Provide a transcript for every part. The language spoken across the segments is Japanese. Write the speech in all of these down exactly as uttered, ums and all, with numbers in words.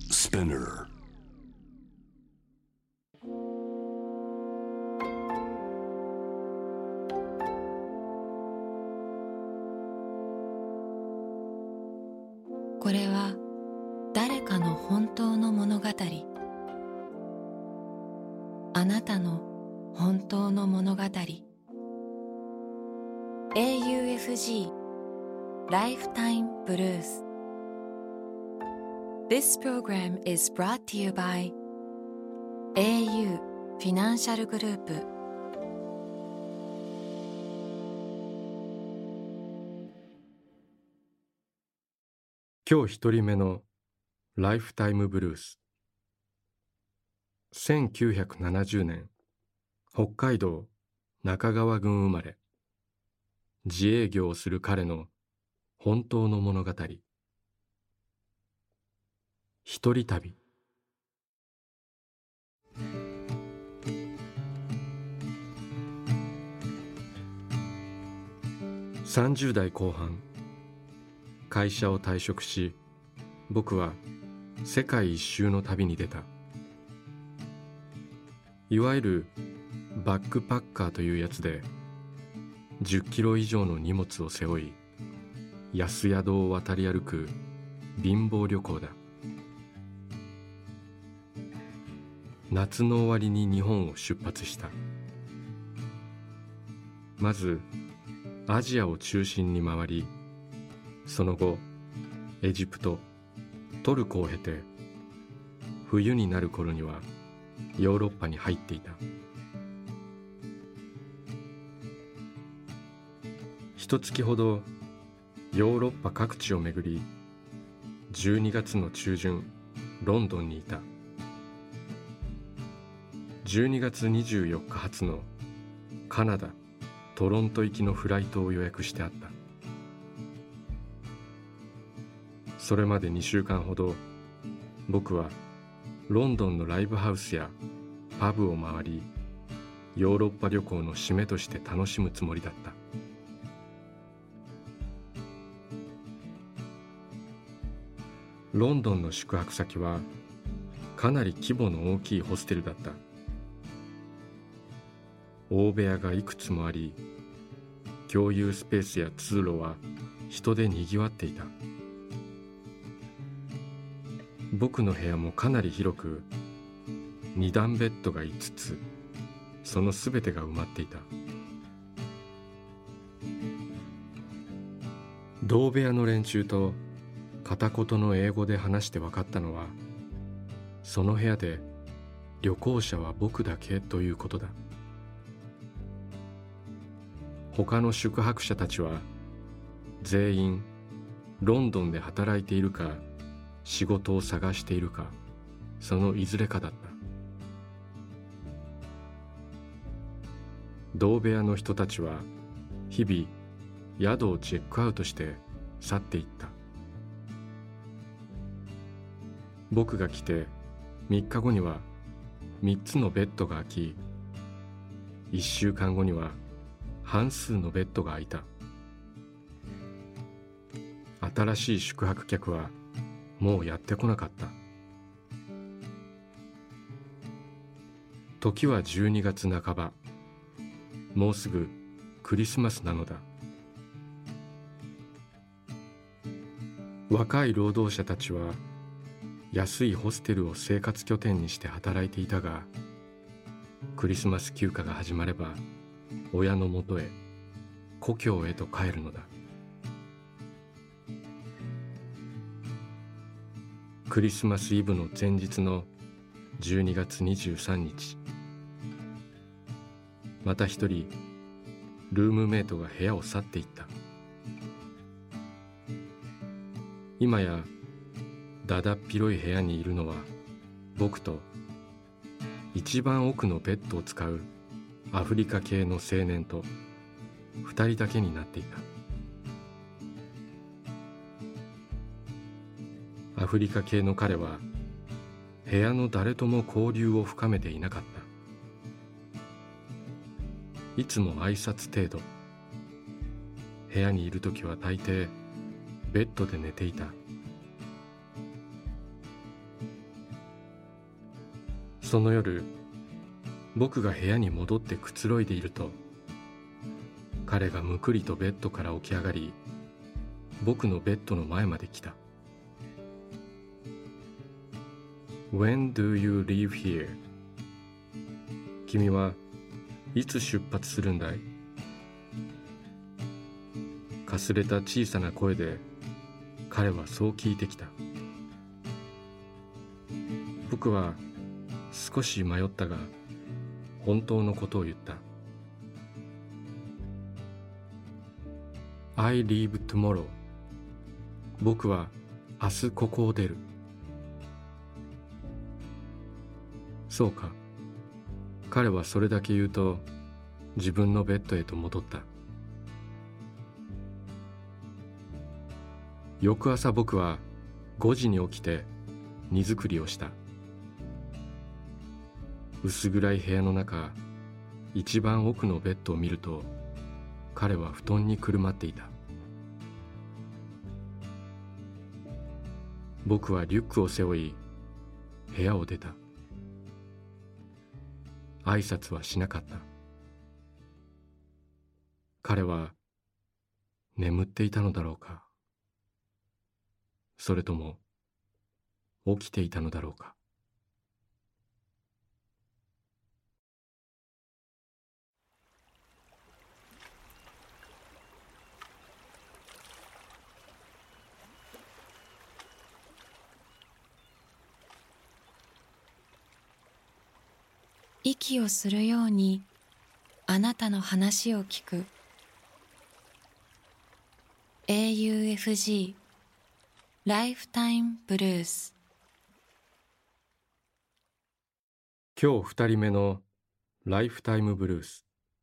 Spinner。 これは誰かの本当の物語。あなたの本当の物語。 エーユーエフジー Lifetime Blues。 This program is brought to you by エーユー Financial Group。 今日一人目のライフタイムブルース。せんきゅうひゃくななじゅうねん、北海道中川郡生まれ、自営業をする彼の本当の物語。一人旅。さんじゅう代後半、会社を退職し、僕は世界一周の旅に出た。いわゆるバックパッカーというやつで、じゅっキロ以上の荷物を背負い、安宿を渡り歩く貧乏旅行だ。夏の終わりに日本を出発した。まずアジアを中心に回り、その後エジプト、トルコを経て、冬になる頃にはヨーロッパに入っていた。一月ほどヨーロッパ各地を巡り、じゅうにがつの中旬ロンドンにいた。じゅうにがつにじゅうよっか発のカナダ・トロント行きのフライトを予約してあった。それまでにしゅうかんほど、僕はロンドンのライブハウスやパブを回り、ヨーロッパ旅行の締めとして楽しむつもりだった。ロンドンの宿泊先はかなり規模の大きいホステルだった。大部屋がいくつもあり、共有スペースや通路は人でにぎわっていた。僕の部屋もかなり広く、二段ベッドがいつつ、そのすべてが埋まっていた。同部屋の連中と片言の英語で話して分かったのは、その部屋で旅行者は僕だけということだ。他の宿泊者たちは全員ロンドンで働いているか、仕事を探しているか、そのいずれかだった。同部屋の人たちは日々宿をチェックアウトして去っていった。僕が来てみっかごにはみっつのベッドが空き、いっしゅうかんごには半数のベッドが空いた。新しい宿泊客はもうやってこなかった。時はじゅうにがつなかば、もうすぐクリスマスなのだ。若い労働者たちは安いホステルを生活拠点にして働いていたが、クリスマス休暇が始まれば親のもとへ、故郷へと帰るのだ。クリスマスイブの前日のじゅうにがつにじゅうさんにち、また一人ルームメイトが部屋を去っていった。今やだだっ広い部屋にいるのは僕と一番奥のベッドを使うアフリカ系の青年と二人だけになっていた。アフリカ系の彼は部屋の誰とも交流を深めていなかった。いつも挨拶程度。部屋にいるときは大抵ベッドで寝ていた。 その夜、僕が部屋に戻ってくつろいでいると、彼がむくりとベッドから起き上がり、僕のベッドの前まで来た。When do you leave here? 君はいつ出発するんだい？かすれた小さな声で彼はそう聞いてきた。僕は少し迷ったが本当のことを言った。I leave tomorrow. 僕は明日ここを出る。そうか。彼はそれだけ言うと自分のベッドへと戻った。翌朝僕はごじに起きて荷造りをした。薄暗い部屋の中、一番奥のベッドを見ると彼は布団にくるまっていた。僕はリュックを背負い部屋を出た。挨拶はしなかった。彼は眠っていたのだろうか、それとも起きていたのだろうか。 息をするようにあなたの話を聞く エーユーエフジー ライフタイムブルース。 今日二人目のライフタイムブルース。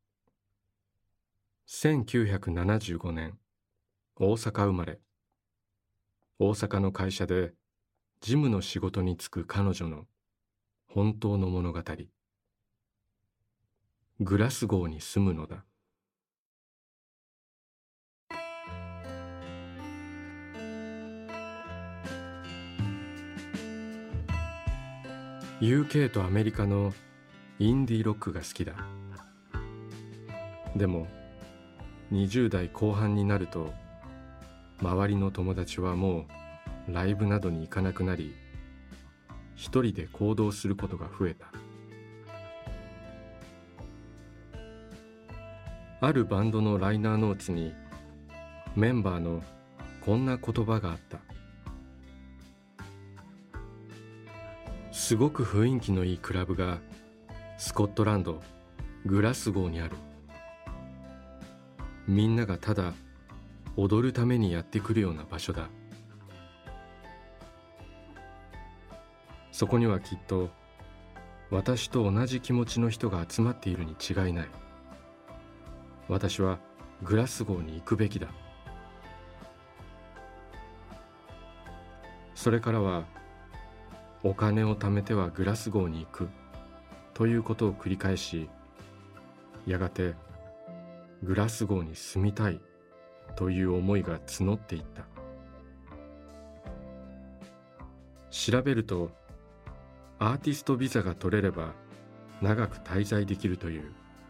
せんきゅうひゃくななじゅうごねん、大阪生まれ。大阪の会社で事務の仕事に就く彼女の本当の物語。グラスゴーに住むのだ。ユーケー とアメリカのインディーロックが好きだ。でもにじゅう代後半になると周りの友達はもうライブなどに行かなくなり、一人で行動することが増えた。あるバンドのライナーノーツにメンバーのこんな言葉があった。すごく雰囲気のいいクラブがスコットランド・グラスゴーにある。みんながただ踊るためにやってくるような場所だ。そこにはきっと私と同じ気持ちの人が集まっているに違いない。私はグラスゴーに行くべきだ。それからはお金を貯めてはグラスゴーに行くということを繰り返し、やがてグラスゴーに住みたいという思いが募っていった。調べるとアーティストビザが取れれば長く滞在できるという。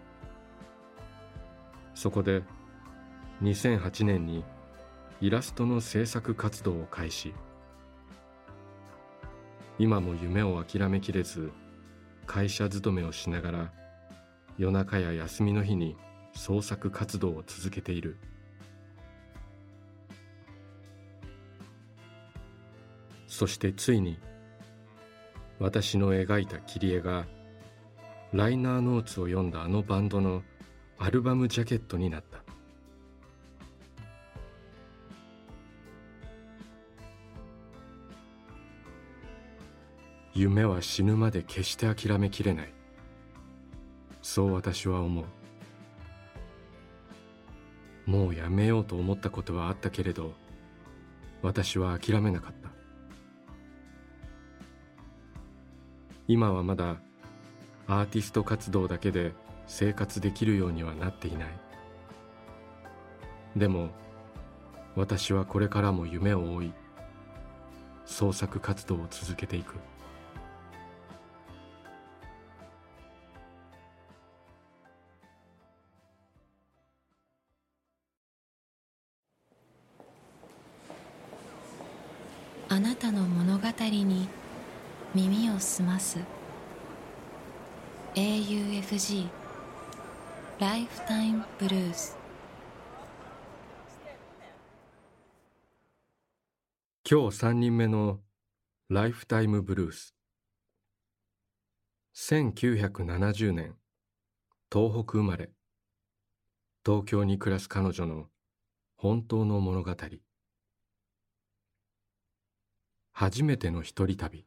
そこでにせんはちねんにイラストの制作活動を開始。今も夢を諦めきれず会社勤めをしながら夜中や休みの日に創作活動を続けている。そしてついに私の描いた切り絵がライナーノーツを読んだあのバンドのアルバムジャケットになった。夢は死ぬまで決して諦めきれない。そう私は思う。もうやめようと思ったことはあったけれど、私は諦めなかった。今はまだアーティスト活動だけで生活できるようにはなっていない。でも私はこれからも夢を追い、創作活動を続けていく。 あなたの物語に耳を澄ます エーユーエフジー ライフタイムブルース。 今日さんにんめのライフタイムブルース。せんきゅうひゃくななじゅうねん、東北生まれ、東京に暮らす彼女の本当の物語。初めての一人旅。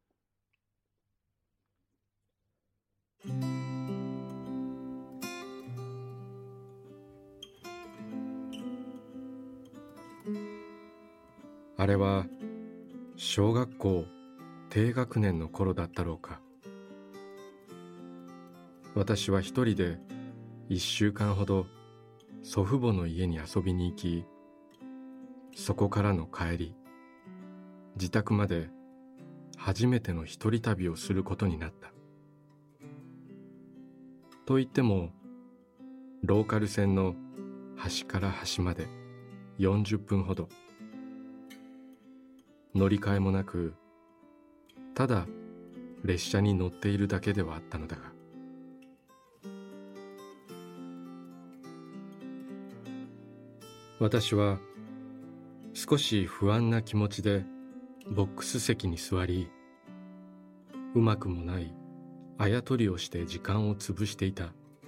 あれは小学校低学年の頃だったろうか。私は一人で一週間ほど祖父母の家に遊びに行き、そこからの帰り、自宅まで初めての一人旅をすることになった。と言っても、ローカル線の端から端までよんじゅっぷんほど。乗り換えもなく、ただ列車に乗っているだけではあったのだが、私は少し不安な気持ちでボックス席に座り、うまくもないあやとりをして時間を潰していた。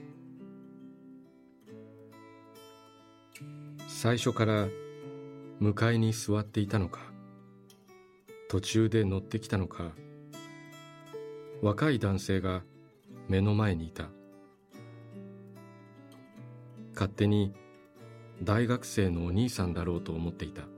最初から向かいに座っていたのか、途中で乗ってきたのか、若い男性が目の前にいた。勝手に大学生のお兄さんだろうと思っていた。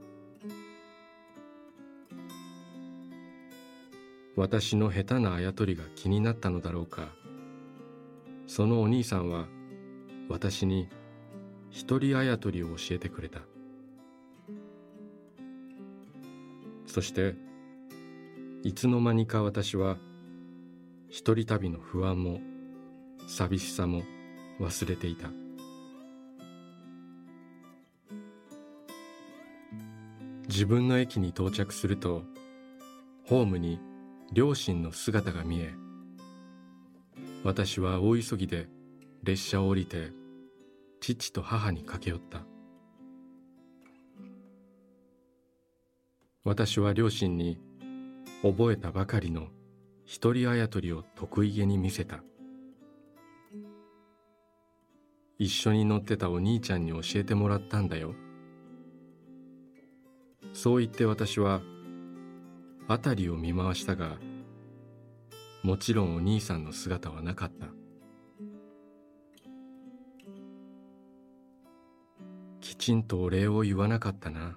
私の下手なあやとりが気になったのだろうか、そのお兄さんは私に一人あやとりを教えてくれた。そしていつの間にか私は一人旅の不安も寂しさも忘れていた。自分の駅に到着すると、ホームに両親の姿が見え、私は大急ぎで列車を降りて父と母に駆け寄った。私は両親に覚えたばかりの一人あやとりを得意げに見せた。一緒に乗ってたお兄ちゃんに教えてもらったんだよ。そう言って私は辺りを見回したが、もちろんお兄さんの姿はなかった。きちんとお礼を言わなかったな。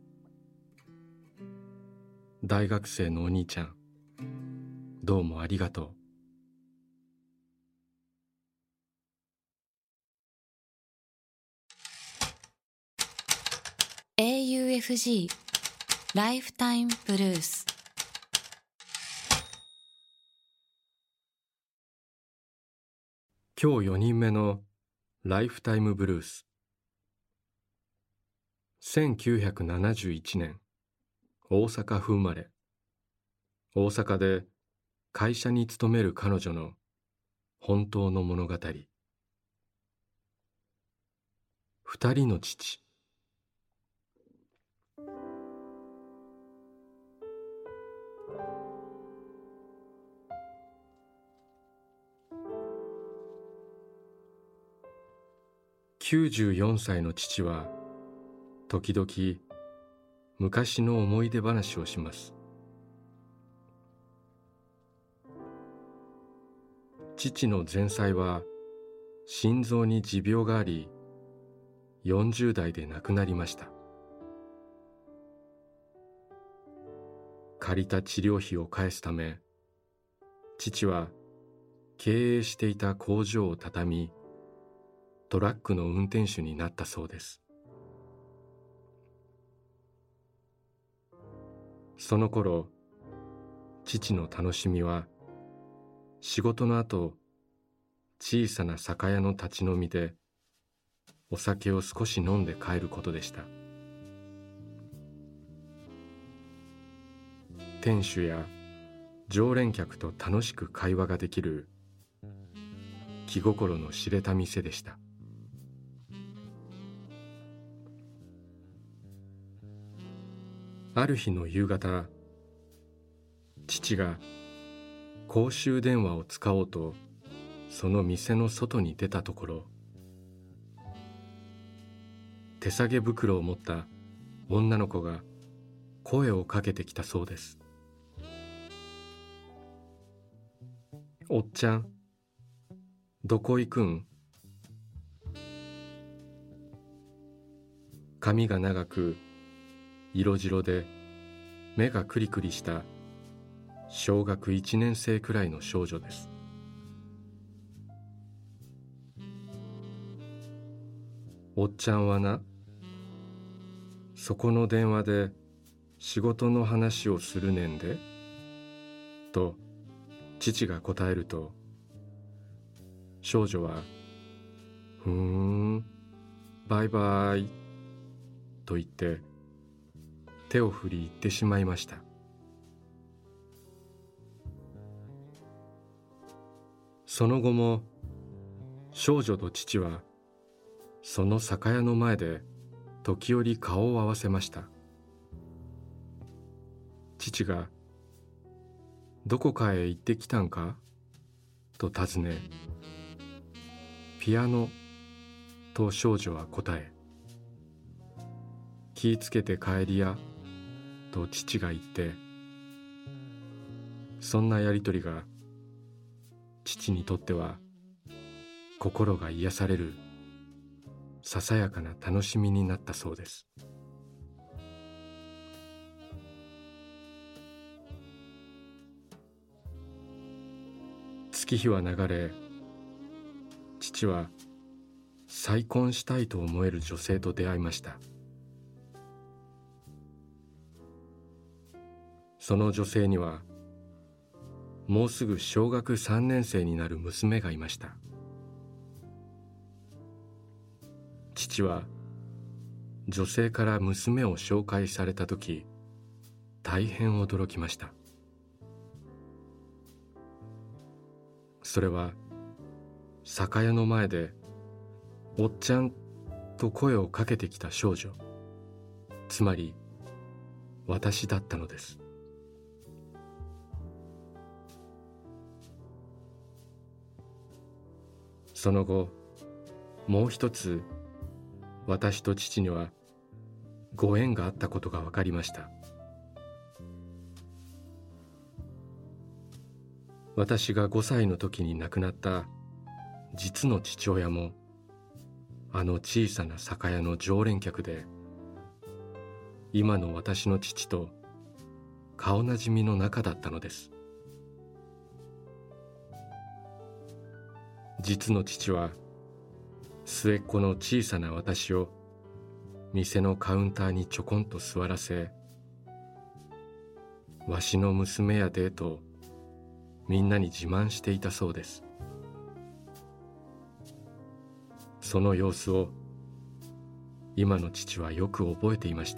大学生のお兄ちゃん、どうもありがとう。 エーユーエフジー ライフタイムブルース。 今日よにんめのライフタイムブルース。せんきゅうひゃくななじゅういちねん、大阪府生まれ、大阪で会社に勤める彼女の本当の物語。二人の父。きゅうじゅうよんさいの父は時々昔の思い出話をします。父の前妻は心臓に持病があり、よんじゅう代で亡くなりました。借りた治療費を返すため、父は経営していた工場を畳み、トラックの運転手になったそうです。その頃、父の楽しみは、仕事の後、小さな酒屋の立ち飲みで、お酒を少し飲んで帰ることでした。 店主や常連客と楽しく会話ができる気心の知れた店でした。ある日の夕方、父が公衆電話を使おうとその店の外に出たところ、手提げ袋を持った女の子が声をかけてきたそうです。おっちゃん、どこ行くん？髪が長く色白で目がクリクリした小学いちねん生くらいの少女です。おっちゃんはな、そこの電話で仕事の話をするねんで、と父が答えると、少女はふーん、バイバイと言って手を振り行ってしまいました。その後も少女と父はその酒屋の前で時折顔を合わせました。父がどこかへ行ってきたんかと尋ね、ピアノと少女は答え、気ぃつけて帰りやと父が言って、そんなやりとりが父にとっては心が癒されるささやかな楽しみになったそうです。月日は流れ、父は再婚したいと思える女性と出会いました。その女性にはもうすぐ小学さんねん生になる娘がいました。父は女性から娘を紹介されたとき、大変驚きました。それは酒屋の前でおっちゃんと声をかけてきた少女、つまり私だったのです。その後、もう一つ私と父にはご縁があったことが分かりました。私がごさいの時に亡くなった実の父親もあの小さな酒屋の常連客で、今の私の父と顔なじみの仲だったのです。実の父は末っ子の小さな私を店のカウンターにちょこんと座らせ、わしの娘やでとみんなに自慢していたそうです。その様子を今の父はよく覚えていました。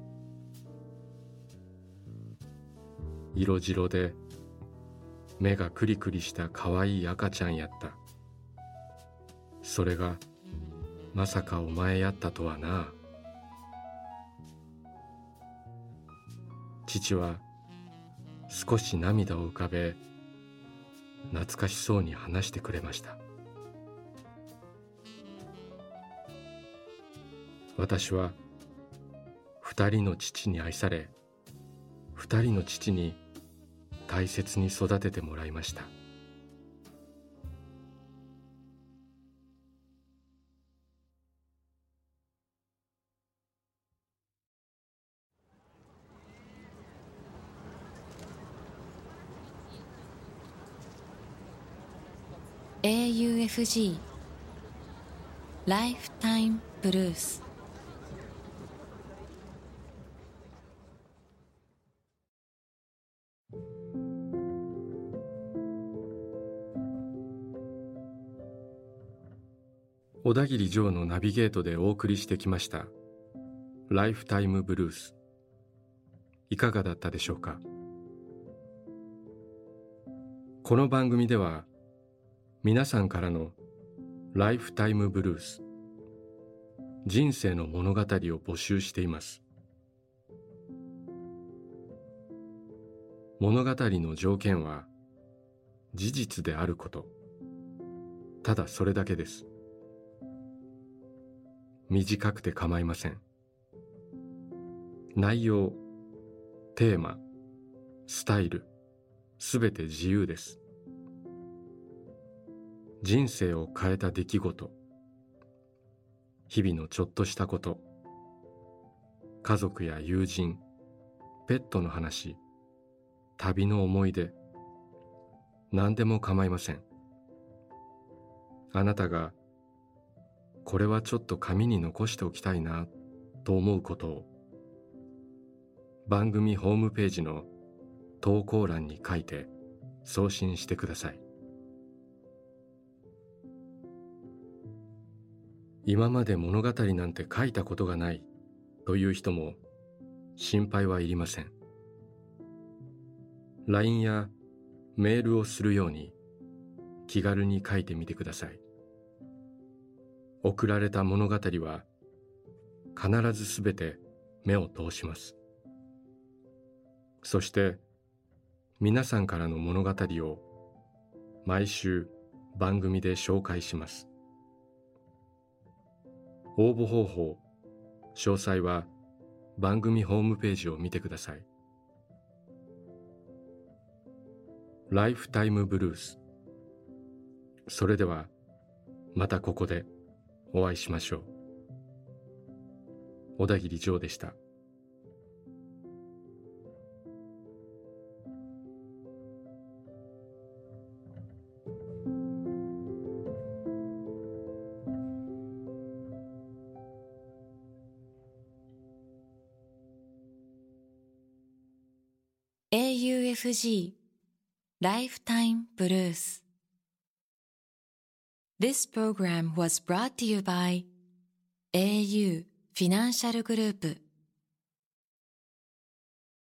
色白で目がクリクリしたかわいい赤ちゃんやった。それがまさかお前やったとはな。父は少し涙を浮かべ、懐かしそうに話してくれました。私は二人の父に愛され、二人の父に大切に育ててもらいました。 エーユーエフジー ライフタイムブルース。 小田切城のナビゲートでお送りしてきましたライフタイムブルース。いかがだったでしょうか。 この番組では皆さんからのライフタイムブルース、人生の物語を募集しています。物語の条件は事実であること、ただそれだけです。短くて構いません。内容、テーマ、スタイル、すべて自由です。人生を変えた出来事、日々のちょっとしたこと、家族や友人、ペットの話、旅の思い出、何でも構いません。あなたがこれはちょっと紙に残しておきたいなと思うことを番組ホームページの投稿欄に書いて送信してください。今まで物語なんて書いたことがないという人も心配はいりません。ライン やメールをするように気軽に書いてみてください。送られた物語は必ずすべて目を通します。そして皆さんからの物語を毎週番組で紹介します。応募方法、詳細は番組ホームページを見てください。ライフタイムブルース。それではまたここでお会いしましょう。小田切ジョーでした。 エーユーエフジー Lifetime Blues. This program was brought to you by エーユー Financial Group.